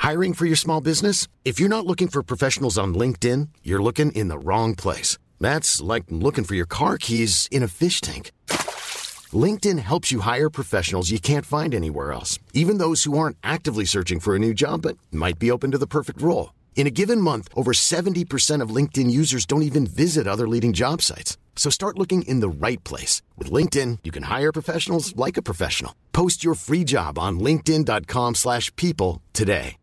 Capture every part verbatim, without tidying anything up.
Hiring for your small business? If you're not looking for professionals on LinkedIn, you're looking in the wrong place. That's like looking for your car keys in a fish tank. LinkedIn helps you hire professionals you can't find anywhere else, even those who aren't actively searching for a new job but might be open to the perfect role. In a given month, over seventy percent of LinkedIn users don't even visit other leading job sites. So start looking in the right place. With LinkedIn, you can hire professionals like a professional. Post your free job on linkedin.com slash people today.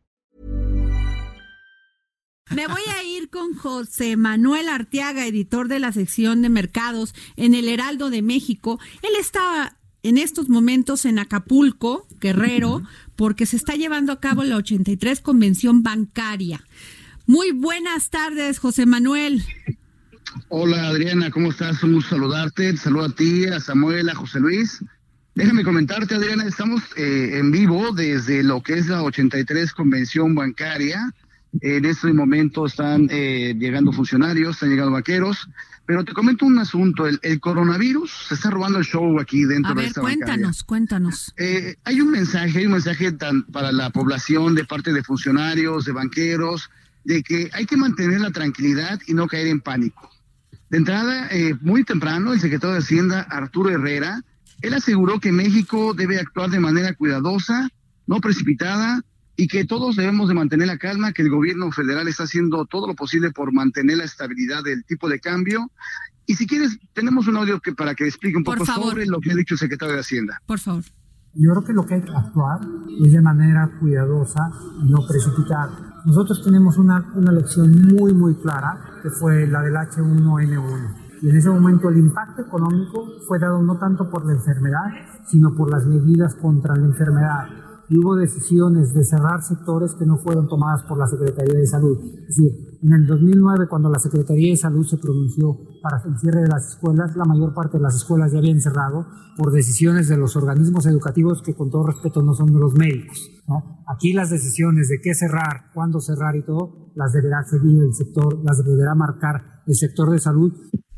Me voy a ir con José Manuel Arteaga, editor de la sección de mercados en el Heraldo de México. Él está en estos momentos en Acapulco, Guerrero, porque se está llevando a cabo la ochenta y tres Convención Bancaria. Muy buenas tardes, José Manuel. Hola, Adriana, ¿cómo estás? Un gusto saludarte. Saludo a ti, a Samuel, a José Luis. Déjame comentarte, Adriana, estamos eh, en vivo desde lo que es la ochenta y tres Convención Bancaria. En este momento están eh, llegando funcionarios, están llegando vaqueros, pero te comento un asunto, el, el coronavirus se está robando el show aquí dentro a ver, de esta cuéntanos, bancaria. cuéntanos. Eh, hay un mensaje, hay un mensaje tan, para la población de parte de funcionarios, de banqueros, de que hay que mantener la tranquilidad y no caer en pánico. De entrada, eh, muy temprano, el secretario de Hacienda, Arturo Herrera, él aseguró que México debe actuar de manera cuidadosa, no precipitada, y que todos debemos de mantener la calma, que el gobierno federal está haciendo todo lo posible por mantener la estabilidad del tipo de cambio. Y si quieres, tenemos un audio que para que explique un por poco favor. sobre lo que ha dicho el secretario de Hacienda. Por favor. Yo creo que lo que hay que actuar es de manera cuidadosa y no precipitada. Nosotros tenemos una, una lección muy, muy clara, que fue la del hache uno ene uno. Y en ese momento el impacto económico fue dado no tanto por la enfermedad, sino por las medidas contra la enfermedad. Y hubo decisiones de cerrar sectores que no fueron tomadas por la Secretaría de Salud. Es decir, en el dos mil nueve, cuando la Secretaría de Salud se pronunció para el cierre de las escuelas, la mayor parte de las escuelas ya habían cerrado por decisiones de los organismos educativos que, con todo respeto, no son de los médicos, ¿no? Aquí las decisiones de qué cerrar, cuándo cerrar y todo, las deberá seguir el sector, las deberá marcar el sector de salud.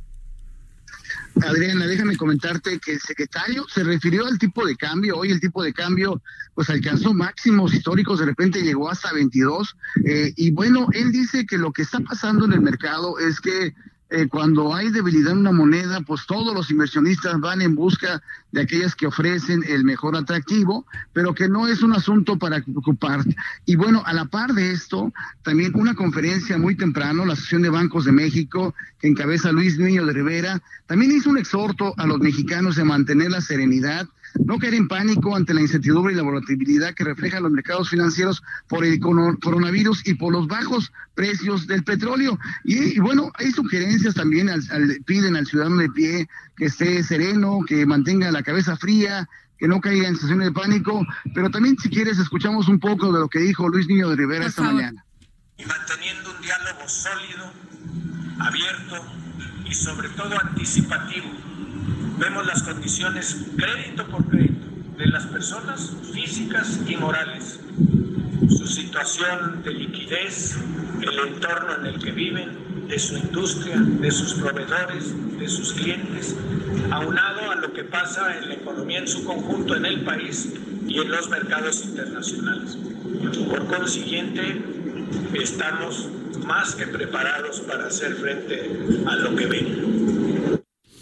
Adriana, déjame comentarte que el secretario se refirió al tipo de cambio. Hoy el tipo de cambio pues alcanzó máximos históricos, de repente llegó hasta veintidós. Eh, y bueno, él dice que lo que está pasando en el mercado es que eh, cuando hay debilidad en una moneda, pues todos los inversionistas van en busca de aquellas que ofrecen el mejor atractivo, pero que no es un asunto para preocupar. Y bueno, a la par de esto, también una conferencia muy temprano, la Asociación de Bancos de México, que encabeza Luis Niño de Rivera, también hizo un exhorto a los mexicanos de mantener la serenidad, no caer en pánico ante la incertidumbre y la volatilidad que reflejan los mercados financieros por el coronavirus y por los bajos precios del petróleo. Y, y bueno, hay sugerencias también, al, al, piden al ciudadano de pie que esté sereno, que mantenga la cabeza fría, que no caiga en situaciones de pánico, pero también, si quieres, escuchamos un poco de lo que dijo Luis Niño de Rivera esta mañana. Y manteniendo un diálogo sólido, abierto y sobre todo anticipativo. Vemos las condiciones crédito por crédito de las personas físicas y morales, su situación de liquidez, el entorno en el que viven, de su industria, de sus proveedores, de sus clientes, aunado a lo que pasa en la economía en su conjunto en el país y en los mercados internacionales. Por consiguiente, estamos más que preparados para hacer frente a lo que viene.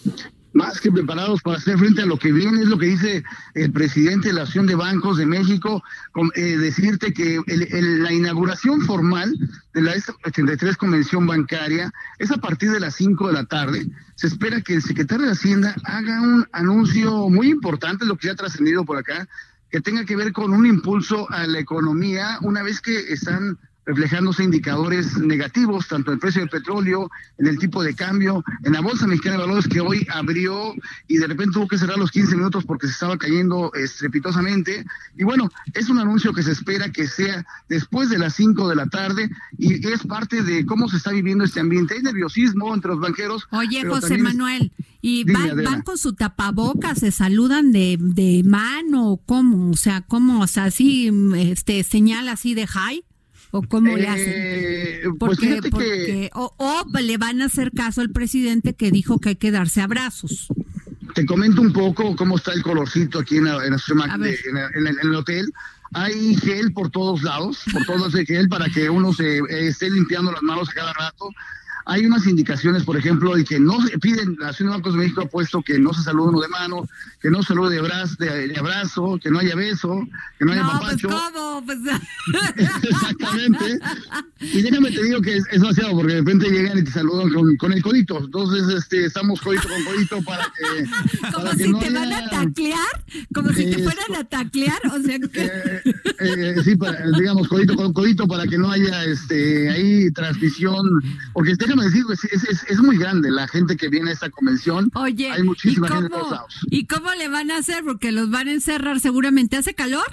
Más que preparados para hacer frente a lo que viene, es lo que dice el presidente de la Asociación de Bancos de México. Con, eh, decirte que el, el, la inauguración formal de la ochenta y tres Convención Bancaria es a partir de las cinco de la tarde. Se espera que el secretario de Hacienda haga un anuncio muy importante, lo que ya ha trascendido por acá, que tenga que ver con un impulso a la economía, una vez que están reflejándose indicadores negativos, tanto en el precio del petróleo, en el tipo de cambio, en la Bolsa Mexicana de Valores, que hoy abrió y de repente tuvo que cerrar los quince minutos porque se estaba cayendo estrepitosamente. Y bueno, es un anuncio que se espera que sea después de las cinco de la tarde y es parte de cómo se está viviendo este ambiente. Hay nerviosismo entre los banqueros. Oye, José es... Manuel, ¿y Dime, van, van con su tapabocas, se saludan de, de mano, cómo? O sea, ¿cómo? O sea, así, este, señal así de hi. ¿O cómo eh, le hacen? Porque, pues fíjate porque, que... O, o le van a hacer caso al presidente que dijo que hay que darse abrazos. Te comento un poco cómo está el colorcito aquí en, la, en, la, en, en, en el hotel. hay gel por todos lados, por todos lados hay gel para que uno se eh, esté limpiando las manos a cada rato. Hay unas indicaciones, por ejemplo, de que no se piden, la Asociación de Bancos de México ha puesto que no se salude uno de mano, que no se salude de abrazo, de, de abrazo, que no haya beso, que no haya no, papacho. Pues, ¿cómo? Pues... Exactamente. Y déjame te digo que es, es demasiado, porque de repente llegan y te saludan con, con el codito. Entonces, este, estamos codito con codito para que... Como para si que no te haya... van a taclear, como si te fueran a taclear, o sea que... Eh, eh, sí, para, digamos, codito con codito para que no haya este ahí transmisión, porque déjame decir, es, es, es muy grande la gente que viene a esta convención. Oye, hay muchísima ¿y cómo, gente de todos lados. ¿y cómo le van a hacer? Porque los van a encerrar seguramente. ¿Hace calor?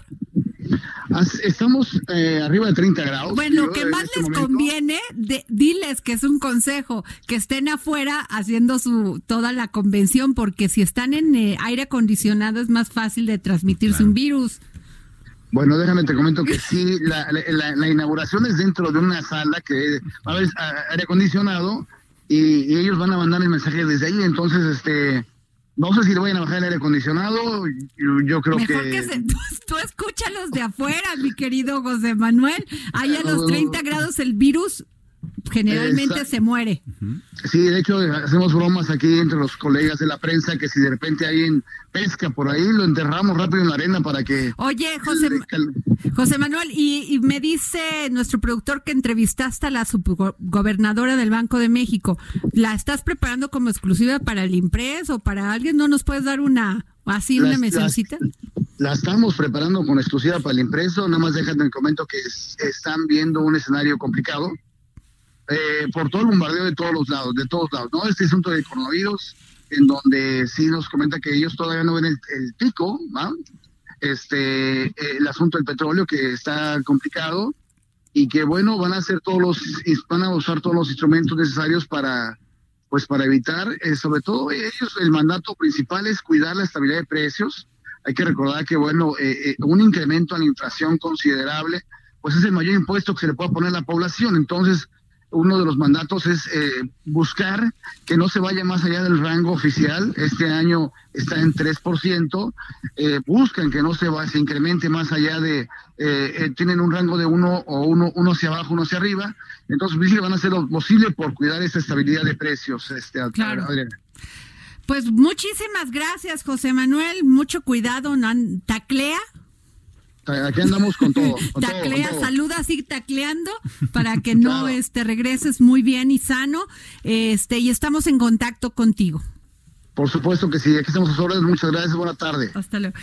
Estamos eh, arriba de treinta grados. Bueno, lo que más este les momento. conviene, de, diles que es un consejo, que estén afuera haciendo su toda la convención, porque si están en eh, aire acondicionado es más fácil de transmitirse claro. un virus. Bueno, déjame te comento que sí, la, la, la inauguración es dentro de una sala que va a haber aire acondicionado y, y ellos van a mandar el mensaje desde ahí, entonces este no sé si le vayan a bajar el aire acondicionado, yo, yo creo Mejor que... que se, tú, tú escúchalos de afuera, mi querido José Manuel, ahí a los treinta grados el virus generalmente Exacto. se muere. Sí, de hecho hacemos bromas aquí entre los colegas de la prensa que si de repente alguien pesca por ahí, lo enterramos rápido en la arena para que... Oye, José, José Manuel, y, y me dice nuestro productor que entrevistaste a la subgobernadora del Banco de México. ¿La estás preparando como exclusiva para el Impres o para alguien? ¿No nos puedes dar una, así, una mencioncita? La estamos preparando con exclusiva para el impreso, nada más déjame en comento que es, están viendo un escenario complicado. Eh, por todo el bombardeo de todos los lados, de todos lados, ¿no? Este asunto del coronavirus, en donde sí nos comenta que ellos todavía no ven el, el pico, ¿no? Este, eh, el asunto del petróleo que está complicado y que bueno, van a hacer todos los, van a usar todos los instrumentos necesarios para, pues para evitar, eh, sobre todo ellos, el mandato principal es cuidar la estabilidad de precios. Hay que recordar que bueno, eh, eh, un incremento a la inflación considerable, pues es el mayor impuesto que se le puede poner a la población, entonces uno de los mandatos es eh, buscar que no se vaya más allá del rango oficial. Este año está en tres por ciento. Eh, buscan que no se va, se incremente más allá de, eh, eh, tienen un rango de uno o uno, uno hacia abajo, uno hacia arriba. Entonces, pues, sí, van a hacer lo posible por cuidar esta estabilidad de precios. Este, claro. Adriana. Pues muchísimas gracias, José Manuel. Mucho cuidado, ¿no? Taclea. Aquí andamos con todo. Con Taclea, todo, con todo. saluda así tacleando para que no claro. este regreses muy bien y sano. Este, y estamos en contacto contigo. Por supuesto que sí, aquí estamos a sus órdenes. Muchas gracias, buena tarde. Hasta luego.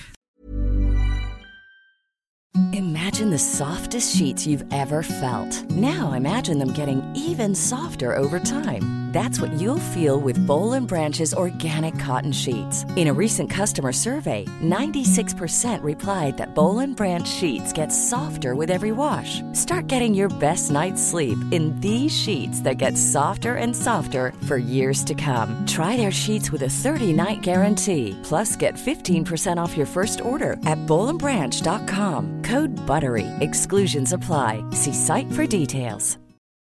Imagine the softest sheets you've ever felt. Now imagine them getting even softer over time. That's what you'll feel with Boll and Branch's organic cotton sheets. In a recent customer survey, ninety-six percent replied that Boll and Branch sheets get softer with every wash. Start getting your best night's sleep in these sheets that get softer and softer for years to come. Try their sheets with a thirty-night guarantee. Plus, get fifteen percent off your first order at boll and branch dot com. Code BUTTERY. Exclusions apply. See site for details.